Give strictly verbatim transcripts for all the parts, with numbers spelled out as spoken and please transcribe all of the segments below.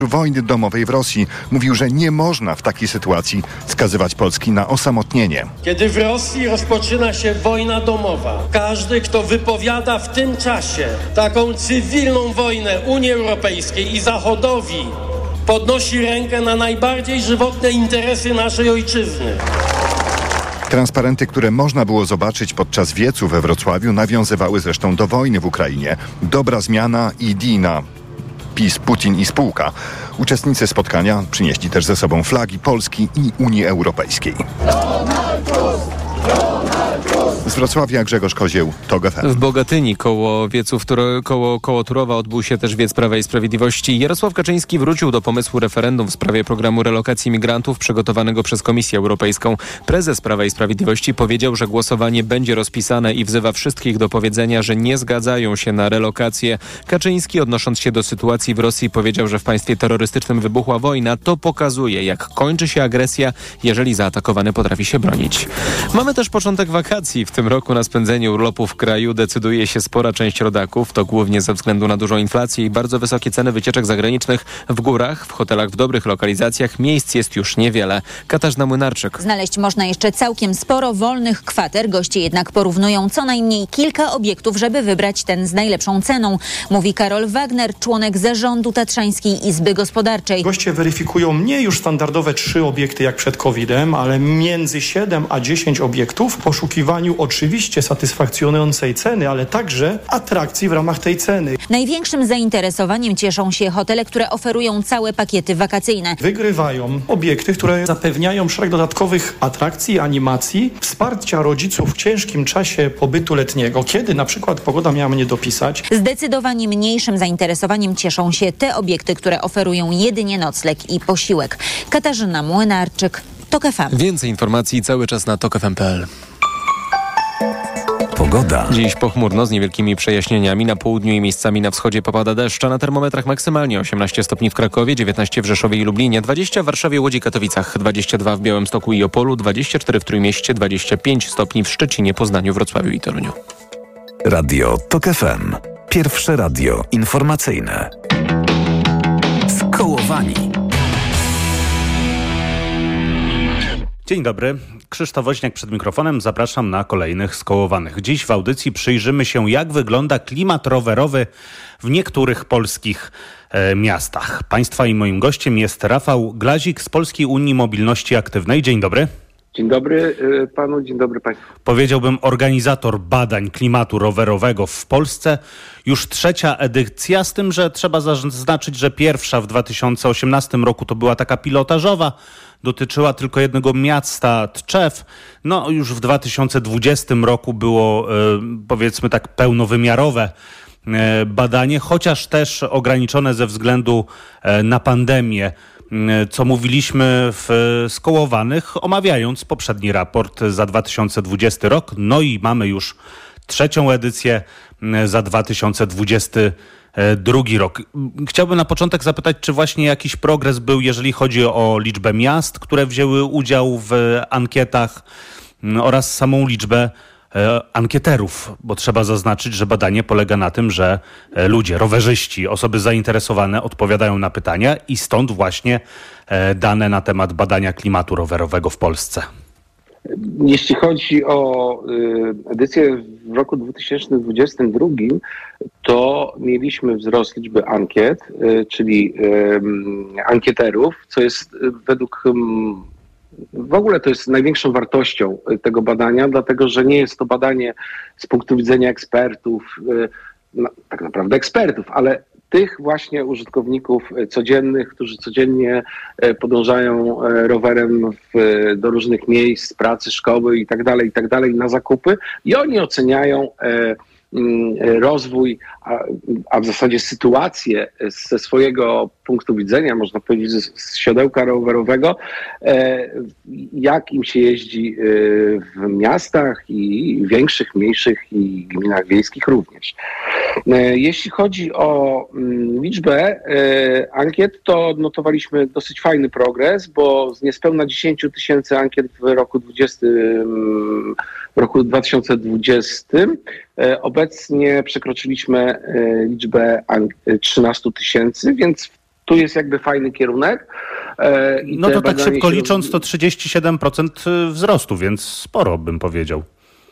wojny domowej w Rosji. Mówił, że nie można w takiej sytuacji skazywać Polski na osamotnienie. Kiedy w Rosji rozpoczyna się wojna domowa, każdy, kto wypowiada w tym czasie taką cywilną wojnę Unii Europejskiej i Zachodowi, podnosi rękę na najbardziej żywotne interesy naszej ojczyzny. Transparenty, które można było zobaczyć podczas wiecu we Wrocławiu, nawiązywały zresztą do wojny w Ukrainie. Dobra zmiana i Dina. PiS, Putin i spółka. Uczestnicy spotkania przynieśli też ze sobą flagi Polski i Unii Europejskiej. Z Wrocławia Grzegorz Kozieł, TOG F M. W Bogatyni koło wieców, koło, koło Turowa odbył się też wiec Prawa i Sprawiedliwości. Jarosław Kaczyński wrócił do pomysłu referendum w sprawie programu relokacji migrantów przygotowanego przez Komisję Europejską. Prezes Prawa i Sprawiedliwości powiedział, że głosowanie będzie rozpisane i wzywa wszystkich do powiedzenia, że nie zgadzają się na relokację. Kaczyński, odnosząc się do sytuacji w Rosji, powiedział, że w państwie terrorystycznym wybuchła wojna. To pokazuje, jak kończy się agresja, jeżeli zaatakowany potrafi się bronić. Mamy też początek wakacji. W tym roku na spędzenie urlopu w kraju decyduje się spora część rodaków. To głównie ze względu na dużą inflację i bardzo wysokie ceny wycieczek zagranicznych. W górach, w hotelach w dobrych lokalizacjach miejsc jest już niewiele. Katarzyna Młynarczyk. Znaleźć można jeszcze całkiem sporo wolnych kwater. Goście jednak porównują co najmniej kilka obiektów, żeby wybrać ten z najlepszą ceną. Mówi Karol Wagner, członek zarządu Tatrzańskiej Izby Gospodarczej. Goście weryfikują nie już standardowe trzy obiekty jak przed kowidem, ale między siedem a dziesięć obiektów w poszukiwaniu oczywiście satysfakcjonującej ceny, ale także atrakcji w ramach tej ceny. Największym zainteresowaniem cieszą się hotele, które oferują całe pakiety wakacyjne. Wygrywają obiekty, które zapewniają szereg dodatkowych atrakcji, animacji, wsparcia rodziców w ciężkim czasie pobytu letniego, kiedy na przykład pogoda miała mnie dopisać. Zdecydowanie mniejszym zainteresowaniem cieszą się te obiekty, które oferują jedynie nocleg i posiłek. Katarzyna Młynarczyk, TOG F M. Więcej informacji cały czas na tok f m kropka p l. Pogoda. Dziś pochmurno z niewielkimi przejaśnieniami. Na południu i miejscami na wschodzie popada deszcz, a na termometrach maksymalnie osiemnaście stopni w Krakowie, dziewiętnaście w Rzeszowie i Lublinie, dwadzieścia w Warszawie, Łodzi, Katowicach, dwadzieścia dwa w Białymstoku i Opolu, dwadzieścia cztery w Trójmieście, dwadzieścia pięć stopni w Szczecinie, Poznaniu, Wrocławiu i Toruniu. Radio TOG F M. Pierwsze radio informacyjne. Skołowani. Dzień dobry, Krzysztof Woźniak przed mikrofonem. Zapraszam na kolejnych Skołowanych. Dziś w audycji przyjrzymy się, jak wygląda klimat rowerowy w niektórych polskich e, miastach. Państwa i moim gościem jest Rafał Glazik z Polskiej Unii Mobilności Aktywnej. Dzień dobry. Dzień dobry panu, dzień dobry państwu. Powiedziałbym organizator badań klimatu rowerowego w Polsce. Już trzecia edycja, z tym, że trzeba zaznaczyć, że pierwsza w dwa tysiące osiemnastym roku to była taka pilotażowa, dotyczyła tylko jednego miasta, Tczew. No już w dwa tysiące dwudziestym roku było powiedzmy tak pełnowymiarowe badanie, chociaż też ograniczone ze względu na pandemię, co mówiliśmy w Skołowanych, omawiając poprzedni raport za dwa tysiące dwudziesty rok. No i mamy już trzecią edycję za dwa tysiące dwudziesty drugi rok. Chciałbym na początek zapytać, czy właśnie jakiś progres był, jeżeli chodzi o liczbę miast, które wzięły udział w ankietach oraz samą liczbę ankieterów, bo trzeba zaznaczyć, że badanie polega na tym, że ludzie, rowerzyści, osoby zainteresowane odpowiadają na pytania i stąd właśnie dane na temat badania klimatu rowerowego w Polsce. Jeśli chodzi o edycję w roku dwa tysiące dwudziestym drugim, to mieliśmy wzrost liczby ankiet, czyli ankieterów, co jest według w ogóle to jest największą wartością tego badania, dlatego że nie jest to badanie z punktu widzenia ekspertów, no, tak naprawdę ekspertów, ale tych właśnie użytkowników codziennych, którzy codziennie podążają rowerem w, do różnych miejsc, pracy, szkoły i tak dalej, i tak dalej, na zakupy i oni oceniają rozwój, a, a w zasadzie sytuację ze swojego punktu widzenia, można powiedzieć z, z siodełka rowerowego, jak im się jeździ w miastach i większych, mniejszych i gminach wiejskich również. Jeśli chodzi o liczbę ankiet, to odnotowaliśmy dosyć fajny progres, bo z niespełna dziesięć tysięcy ankiet w roku dwudziestym, w roku dwa tysiące dwudziestym obecnie przekroczyliśmy liczbę trzynaście tysięcy, więc tu jest jakby fajny kierunek. I no to tak szybko się... licząc to trzydzieści siedem procent wzrostu, więc sporo bym powiedział.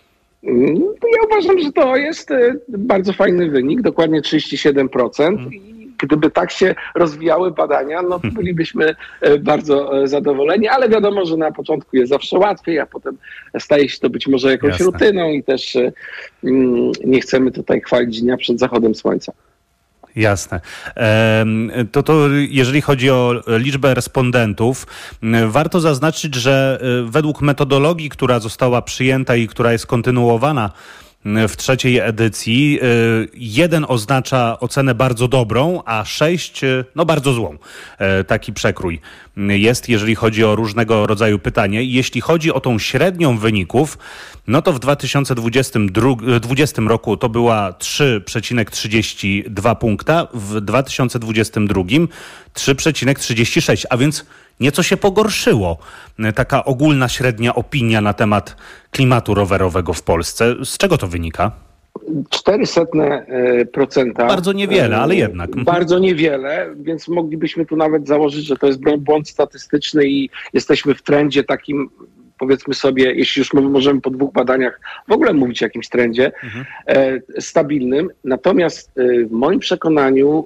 Ja uważam, że to jest bardzo fajny wynik, dokładnie trzydzieści siedem procent. I gdyby tak się rozwijały badania, no to bylibyśmy bardzo zadowoleni, ale wiadomo, że na początku jest zawsze łatwiej, a potem staje się to być może jakąś Jasne. rutyną i też nie chcemy tutaj chwalić dnia przed zachodem słońca. Jasne. To, to jeżeli chodzi o liczbę respondentów, warto zaznaczyć, że według metodologii, która została przyjęta i która jest kontynuowana w trzeciej edycji, jeden oznacza ocenę bardzo dobrą, a sześć no bardzo złą. Taki przekrój jest, jeżeli chodzi o różnego rodzaju pytanie. Jeśli chodzi o tą średnią wyników, no to w dwa tysiące dwudziestym roku to była trzy przecinek trzydzieści dwa punkta, w dwa tysiące dwudziestym drugim trzy przecinek trzydzieści sześć, a więc nieco się pogorszyło. Taka ogólna średnia opinia na temat klimatu rowerowego w Polsce. Z czego to wynika? czterysta procent. Bardzo niewiele, ale jednak. Bardzo niewiele, więc moglibyśmy tu nawet założyć, że to jest błąd statystyczny i jesteśmy w trendzie takim, powiedzmy sobie, jeśli już możemy po dwóch badaniach w ogóle mówić o jakimś trendzie, mhm. stabilnym. Natomiast w moim przekonaniu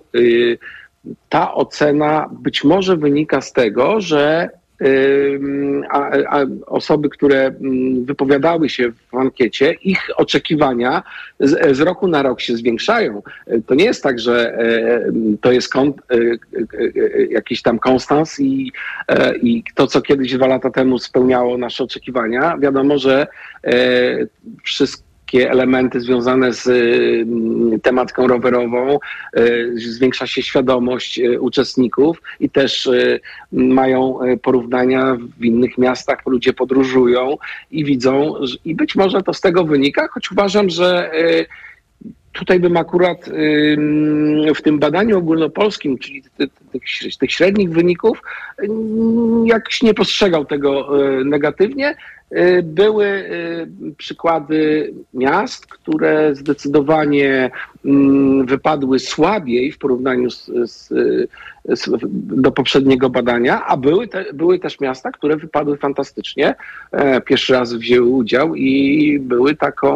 ta ocena być może wynika z tego, że A, a osoby, które wypowiadały się w ankiecie, ich oczekiwania z, z roku na rok się zwiększają. To nie jest tak, że to jest kon, jakiś tam konstans i, i to, co kiedyś dwa lata temu spełniało nasze oczekiwania. Wiadomo, że wszystko elementy związane z tematyką rowerową, zwiększa się świadomość uczestników i też mają porównania w innych miastach, ludzie podróżują i widzą, i być może to z tego wynika, choć uważam, że tutaj bym akurat w tym badaniu ogólnopolskim, czyli tych, tych średnich wyników, jakoś nie postrzegał tego negatywnie. Były przykłady miast, które zdecydowanie wypadły słabiej w porównaniu z, z, z, do poprzedniego badania, a były, te, były też miasta, które wypadły fantastycznie. Pierwszy raz wzięły udział i były taką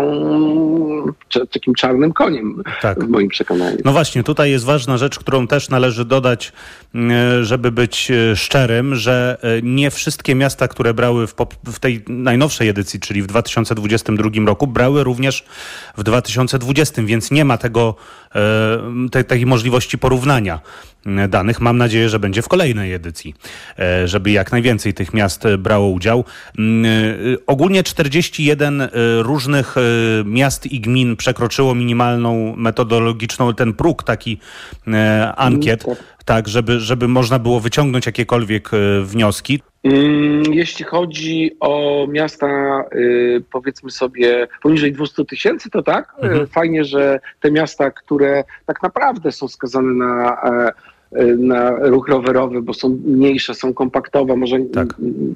takim czarnym koniem tak. w moim przekonaniu. No właśnie, tutaj jest ważna rzecz, którą też należy dodać, żeby być szczerym, że nie wszystkie miasta, które brały w, w tej najnowszej edycji, czyli w dwa tysiące dwudziestym drugim roku, brały również w dwa tysiące dwudziestym, więc nie ma tego, te, takiej możliwości porównania danych. Mam nadzieję, że będzie w kolejnej edycji, żeby jak najwięcej tych miast brało udział. Ogólnie czterdzieści jeden różnych miast i gmin przekroczyło minimalną metodologiczną, ten próg taki ankiet, tak, żeby, żeby można było wyciągnąć jakiekolwiek wnioski. Jeśli chodzi o miasta, powiedzmy sobie, poniżej dwieście tysięcy, to tak, mhm. fajnie, że te miasta, które tak naprawdę są skazane na, na ruch rowerowy, bo są mniejsze, są kompaktowe, może tak.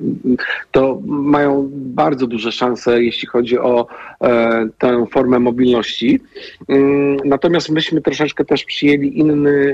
to mają bardzo duże szanse, jeśli chodzi o tę formę mobilności. Natomiast myśmy troszeczkę też przyjęli inny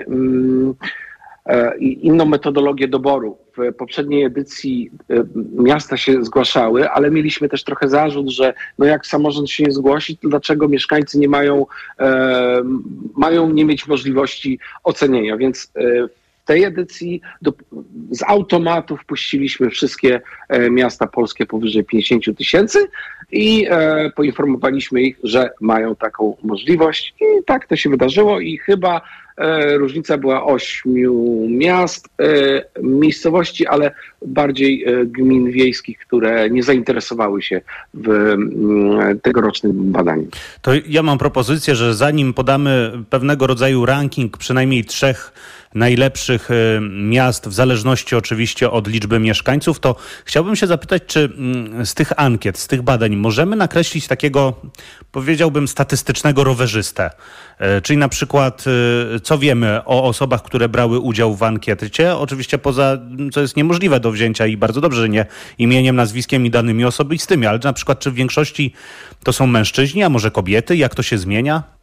inną metodologię doboru. W poprzedniej edycji miasta się zgłaszały, ale mieliśmy też trochę zarzut, że no jak samorząd się nie zgłosi, to dlaczego mieszkańcy nie mają, e, mają nie mieć możliwości ocenienia. Więc e, w tej edycji do, z automatu wpuściliśmy wszystkie e, miasta polskie powyżej pięćdziesiąt tysięcy i e, poinformowaliśmy ich, że mają taką możliwość. I tak to się wydarzyło i chyba różnica była ośmiu miast, miejscowości, ale bardziej gmin wiejskich, które nie zainteresowały się w tegorocznym badaniu. To ja mam propozycję, że zanim podamy pewnego rodzaju ranking przynajmniej trzech najlepszych miast, w zależności oczywiście od liczby mieszkańców, to chciałbym się zapytać, czy z tych ankiet, z tych badań możemy nakreślić takiego, powiedziałbym, statystycznego rowerzystę? Czyli na przykład, co wiemy o osobach, które brały udział w ankiecie? Oczywiście poza, co jest niemożliwe do wzięcia i bardzo dobrze, że nie imieniem, nazwiskiem i danymi osobistymi, ale na przykład czy w większości to są mężczyźni, a może kobiety? Jak to się zmienia?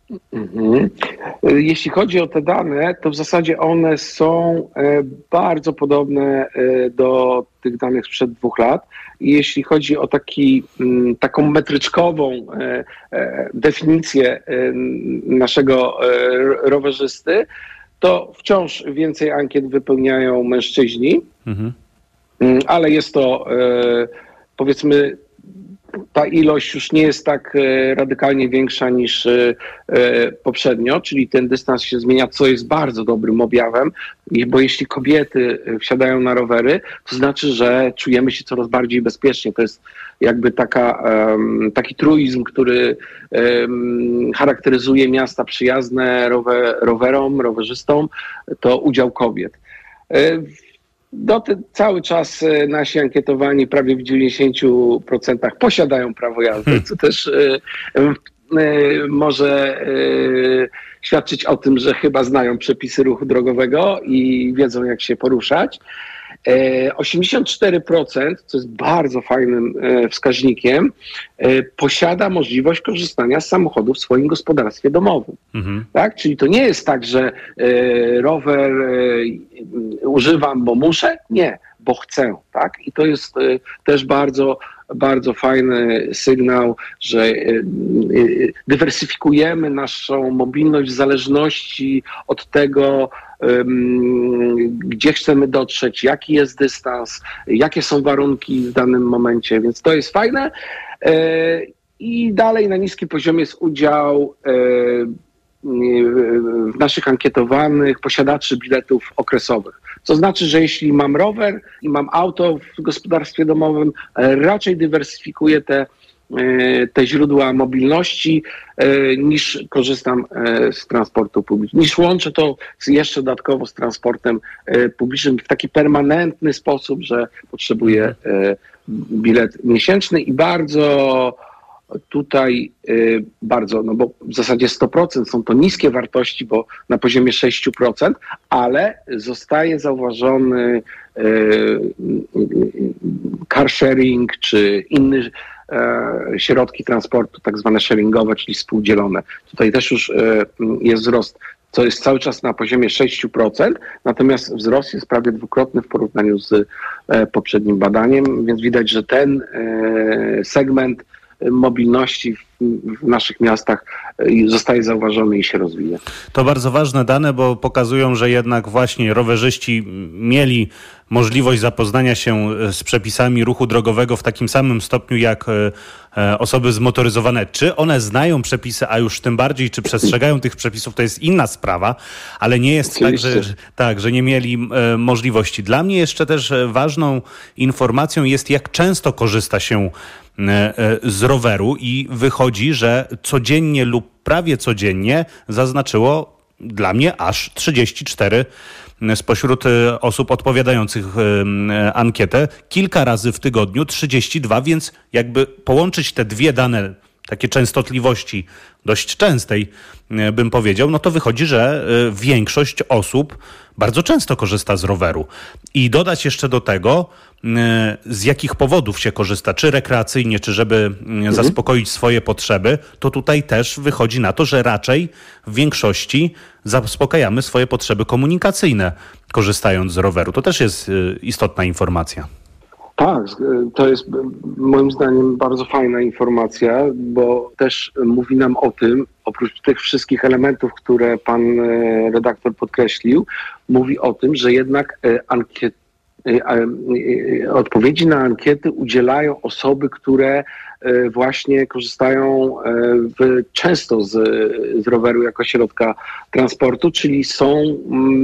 Mhm. Jeśli chodzi o te dane, to w zasadzie one są bardzo podobne do tych danych sprzed dwóch lat. I jeśli chodzi o taki, taką metryczkową definicję naszego rowerzysty, to wciąż więcej ankiet wypełniają mężczyźni, mhm. ale jest to, powiedzmy, ta ilość już nie jest tak radykalnie większa niż poprzednio, czyli ten dystans się zmienia, co jest bardzo dobrym objawem, bo jeśli kobiety wsiadają na rowery, to znaczy, że czujemy się coraz bardziej bezpiecznie. To jest jakby taka, taki truizm, który charakteryzuje miasta przyjazne rower, rowerom, rowerzystom, to udział kobiet. Do te, cały czas nasi ankietowani prawie w dziewięćdziesięciu procentach posiadają prawo jazdy, co też y, y, może y, świadczyć o tym, że chyba znają przepisy ruchu drogowego i wiedzą, jak się poruszać. osiemdziesiąt cztery procent, co jest bardzo fajnym wskaźnikiem, posiada możliwość korzystania z samochodu w swoim gospodarstwie domowym. Mhm. Tak? Czyli to nie jest tak, że rower używam, bo muszę. Nie, bo chcę. Tak? I to jest też bardzo, bardzo fajny sygnał, że dywersyfikujemy naszą mobilność w zależności od tego, gdzie chcemy dotrzeć, jaki jest dystans, jakie są warunki w danym momencie, więc to jest fajne. I dalej na niskim poziomie jest udział w naszych ankietowanych posiadaczy biletów okresowych. Co znaczy, że jeśli mam rower i mam auto w gospodarstwie domowym, raczej dywersyfikuję te te źródła mobilności, niż korzystam z transportu publicznego, niż łączę to jeszcze dodatkowo z transportem publicznym w taki permanentny sposób, że potrzebuję bilet miesięczny i bardzo tutaj bardzo, no bo w zasadzie sto procent są to niskie wartości, bo na poziomie sześć procent, ale zostaje zauważony car sharing czy inny środki transportu, tak zwane sharingowe, czyli współdzielone. Tutaj też już jest wzrost, co jest cały czas na poziomie sześć procent, natomiast wzrost jest prawie dwukrotny w porównaniu z poprzednim badaniem, więc widać, że ten segment mobilności w naszych miastach zostaje zauważony i się rozwija. To bardzo ważne dane, bo pokazują, że jednak właśnie rowerzyści mieli możliwość zapoznania się z przepisami ruchu drogowego w takim samym stopniu jak osoby zmotoryzowane. Czy one znają przepisy, a już tym bardziej, czy przestrzegają tych przepisów, to jest inna sprawa, ale nie jest tak że, że, tak, że nie mieli e, możliwości. Dla mnie jeszcze też ważną informacją jest, jak często korzysta się z roweru i wychodzi, że codziennie lub prawie codziennie zaznaczyło dla mnie aż trzydzieści cztery spośród osób odpowiadających ankietę kilka razy w tygodniu, trzydzieści dwa, więc jakby połączyć te dwie dane, takie częstotliwości dość częstej, bym powiedział, no to wychodzi, że większość osób bardzo często korzysta z roweru. I dodać jeszcze do tego, z jakich powodów się korzysta, czy rekreacyjnie, czy żeby mhm. zaspokoić swoje potrzeby, to tutaj też wychodzi na to, że raczej w większości zaspokajamy swoje potrzeby komunikacyjne, korzystając z roweru. To też jest istotna informacja. Tak, to jest moim zdaniem bardzo fajna informacja, bo też mówi nam o tym, oprócz tych wszystkich elementów, które pan redaktor podkreślił, mówi o tym, że jednak ankiet, odpowiedzi na ankiety udzielają osoby, które właśnie korzystają w, często z, z roweru jako środka transportu, czyli są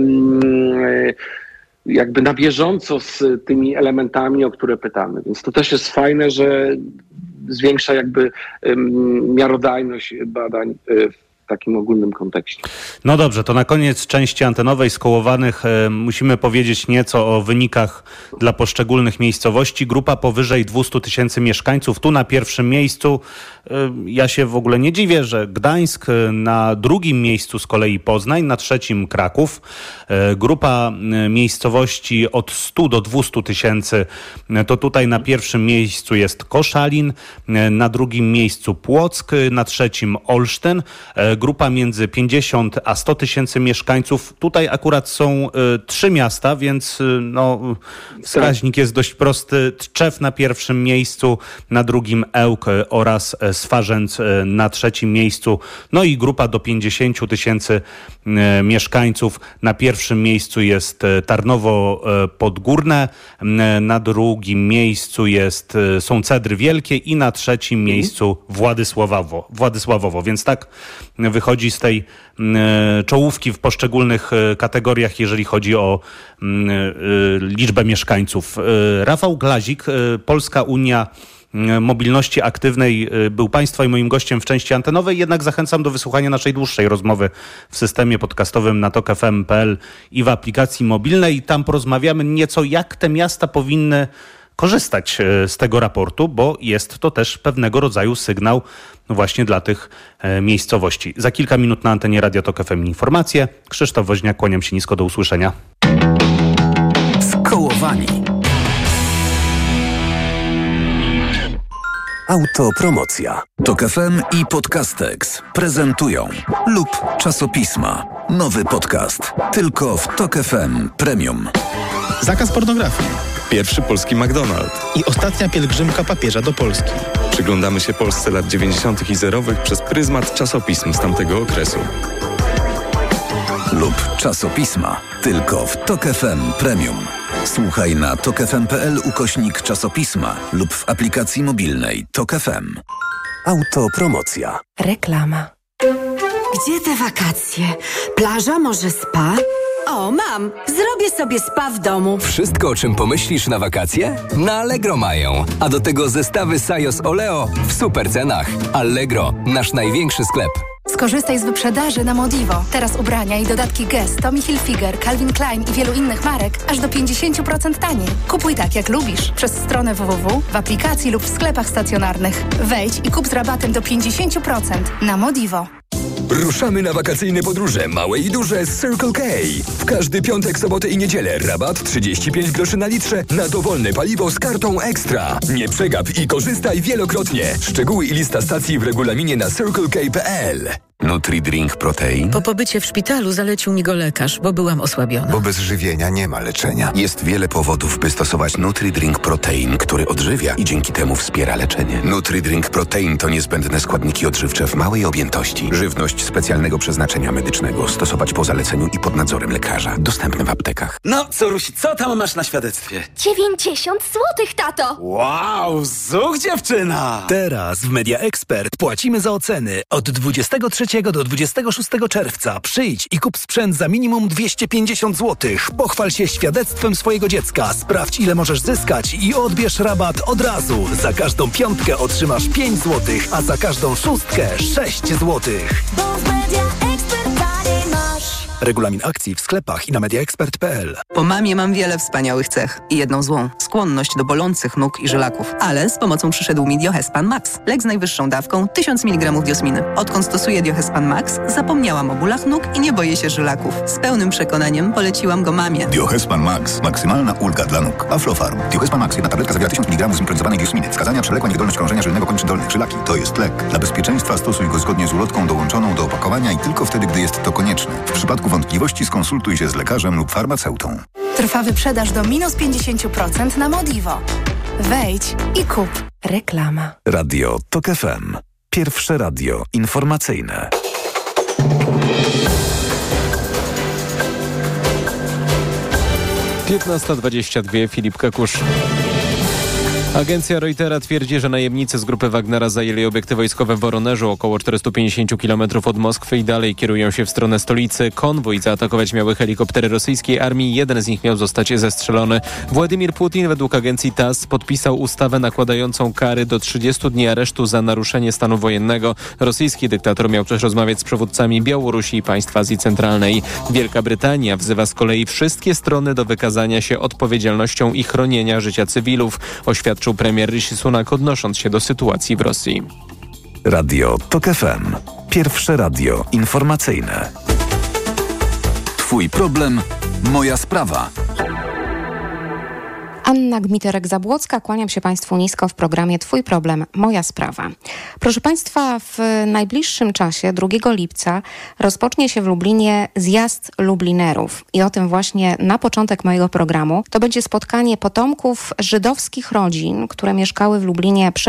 jakby na bieżąco z tymi elementami, o które pytamy. Więc to też jest fajne, że zwiększa jakby miarodajność badań w takim ogólnym kontekście. No dobrze, to na koniec części antenowej skołowanych e, musimy powiedzieć nieco o wynikach dla poszczególnych miejscowości. Grupa powyżej dwieście tysięcy mieszkańców, tu na pierwszym miejscu. E, ja się w ogóle nie dziwię, że Gdańsk, na drugim miejscu z kolei Poznań, na trzecim Kraków. E, grupa e, miejscowości od stu do dwustu tysięcy, e, to tutaj na pierwszym miejscu jest Koszalin, e, na drugim miejscu Płock, na trzecim Olsztyn. E, grupa między pięćdziesiąt a sto tysięcy mieszkańców. Tutaj akurat są y, trzy miasta, więc y, no, wskaźnik jest dość prosty. Tczew na pierwszym miejscu, na drugim Ełk oraz Swarzędz y, na trzecim miejscu. No i grupa do pięćdziesięciu tysięcy y, mieszkańców. Na pierwszym miejscu jest y, Tarnowo y, Podgórne, y, na drugim miejscu jest, y, są Cedry Wielkie i na trzecim miejscu Władysławowo. Władysławowo. Więc tak wychodzi z tej y, czołówki w poszczególnych y, kategoriach, jeżeli chodzi o y, y, liczbę mieszkańców. Y, Rafał Glazik, y, Polska Unia Mobilności Aktywnej był Państwa i moim gościem w części antenowej, jednak zachęcam do wysłuchania naszej dłuższej rozmowy w systemie podcastowym na tok f m kropka p l i w aplikacji mobilnej. Tam porozmawiamy nieco, jak te miasta powinny korzystać z tego raportu, bo jest to też pewnego rodzaju sygnał właśnie dla tych miejscowości. Za kilka minut na antenie Radia Tok F M informacje. Krzysztof Woźniak, kłaniam się nisko, do usłyszenia. Skołowani. Autopromocja. Tok F M i Podcastex prezentują lub czasopisma. Nowy podcast. Tylko w Tok F M Premium. Zakaz pornografii. Pierwszy polski McDonald's. I ostatnia pielgrzymka papieża do Polski. Przyglądamy się Polsce lat dziewięćdziesiątych i zerowych przez pryzmat czasopism z tamtego okresu. Lub czasopisma. Tylko w Tok F M Premium. Słuchaj na tok f m kropka p l ukośnik czasopisma lub w aplikacji mobilnej Tok F M. Autopromocja. Reklama. Gdzie te wakacje? Plaża, może spa? O, mam! Zrobię sobie spa w domu. Wszystko, o czym pomyślisz na wakacje? Na Allegro mają. A do tego zestawy Sajos Oleo w super cenach. Allegro, nasz największy sklep. Skorzystaj z wyprzedaży na Modivo. Teraz ubrania i dodatki Guess, Tommy Hilfiger, Calvin Klein i wielu innych marek aż do pięćdziesiąt procent taniej. Kupuj tak, jak lubisz. Przez stronę w w w, w aplikacji lub w sklepach stacjonarnych. Wejdź i kup z rabatem do pięćdziesiąt procent na Modivo. Ruszamy na wakacyjne podróże, małe i duże z Circle K. W każdy piątek, sobotę i niedzielę rabat trzydzieści pięć groszy na litrze na dowolne paliwo z kartą Ekstra. Nie przegap i korzystaj wielokrotnie. Szczegóły i lista stacji w regulaminie na circle k kropka p l. Nutri-Drink Protein. Po pobycie w szpitalu zalecił mi go lekarz, bo byłam osłabiona. Bo bez żywienia nie ma leczenia. Jest wiele powodów, by stosować Nutri-Drink Protein, który odżywia i dzięki temu wspiera leczenie. Nutri-Drink Protein to niezbędne składniki odżywcze w małej objętości. Żywność specjalnego przeznaczenia medycznego. Stosować po zaleceniu i pod nadzorem lekarza. Dostępne w aptekach. No, co Rusi, co tam masz na świadectwie? dziewięćdziesiąt złotych, tato! Wow, zuch dziewczyna! Teraz w Media Expert płacimy za oceny od dwudziestego trzeciego do dwudziestego szóstego czerwca. Przyjdź i kup sprzęt za minimum dwieście pięćdziesiąt złotych. Pochwal się świadectwem swojego dziecka. Sprawdź, ile możesz zyskać i odbierz rabat od razu. Za każdą piątkę otrzymasz pięć złotych, a za każdą szóstkę sześć złotych. Bo w Media Expert taniej masz. Regulamin akcji w sklepach i na media expert kropka p l. Po mamie mam wiele wspaniałych cech i jedną złą. Skłonność do bolących nóg i żylaków. Ale z pomocą przyszedł mi Diohespan Max. Lek z najwyższą dawką tysiąc miligramów diosminy. Odkąd stosuję Diohespan Max, zapomniałam o bólach nóg i nie boję się żylaków. Z pełnym przekonaniem poleciłam go mamie. Diohespan Max. Maksymalna ulga dla nóg. Aflofarm. Diohespan Max. Jedna tabletka zawiera tysiąc miligramów zmikronizowanej diosminy. Wskazania: przewlekła niewydolność krążenia żylnego kończyn dolnych. Żylaki. To jest lek. Dla bezpieczeństwa stosuj go zgodnie z ulotką dołączoną do opakowania i tylko wtedy, gdy jest to konieczne. W przypadku wątpliwości skonsultuj się z lekarzem lub farmaceutą. Trwa wyprzedaż do minus pięćdziesiąt procent na Modivo. Wejdź i kup. Reklama. Radio Tok F M. Pierwsze radio informacyjne. piętnasta dwadzieścia dwa, Filip Kakusz. Agencja Reutera twierdzi, że najemnicy z grupy Wagnera zajęli obiekty wojskowe w Woronerzu, około czterysta pięćdziesiąt kilometrów od Moskwy i dalej kierują się w stronę stolicy. Konwój zaatakować miały helikoptery rosyjskiej armii, jeden z nich miał zostać zestrzelony. Władimir Putin według agencji T A S S podpisał ustawę nakładającą kary do trzydziestu dni aresztu za naruszenie stanu wojennego. Rosyjski dyktator miał też rozmawiać z przywódcami Białorusi i państw Azji Centralnej. Wielka Brytania wzywa z kolei wszystkie strony do wykazania się odpowiedzialnością i chronienia życia cywilów. Oświadczył premier Rishi Sunak, odnosząc się do sytuacji w Rosji. Radio Tok F M. Pierwsze radio informacyjne. Twój problem, moja sprawa. Anna Gmiterek-Zabłocka, kłaniam się Państwu nisko w programie Twój problem, moja sprawa. Proszę Państwa, w najbliższym czasie, drugiego lipca, rozpocznie się w Lublinie zjazd Lublinerów. I o tym właśnie na początek mojego programu. To będzie spotkanie potomków żydowskich rodzin, które mieszkały w Lublinie przed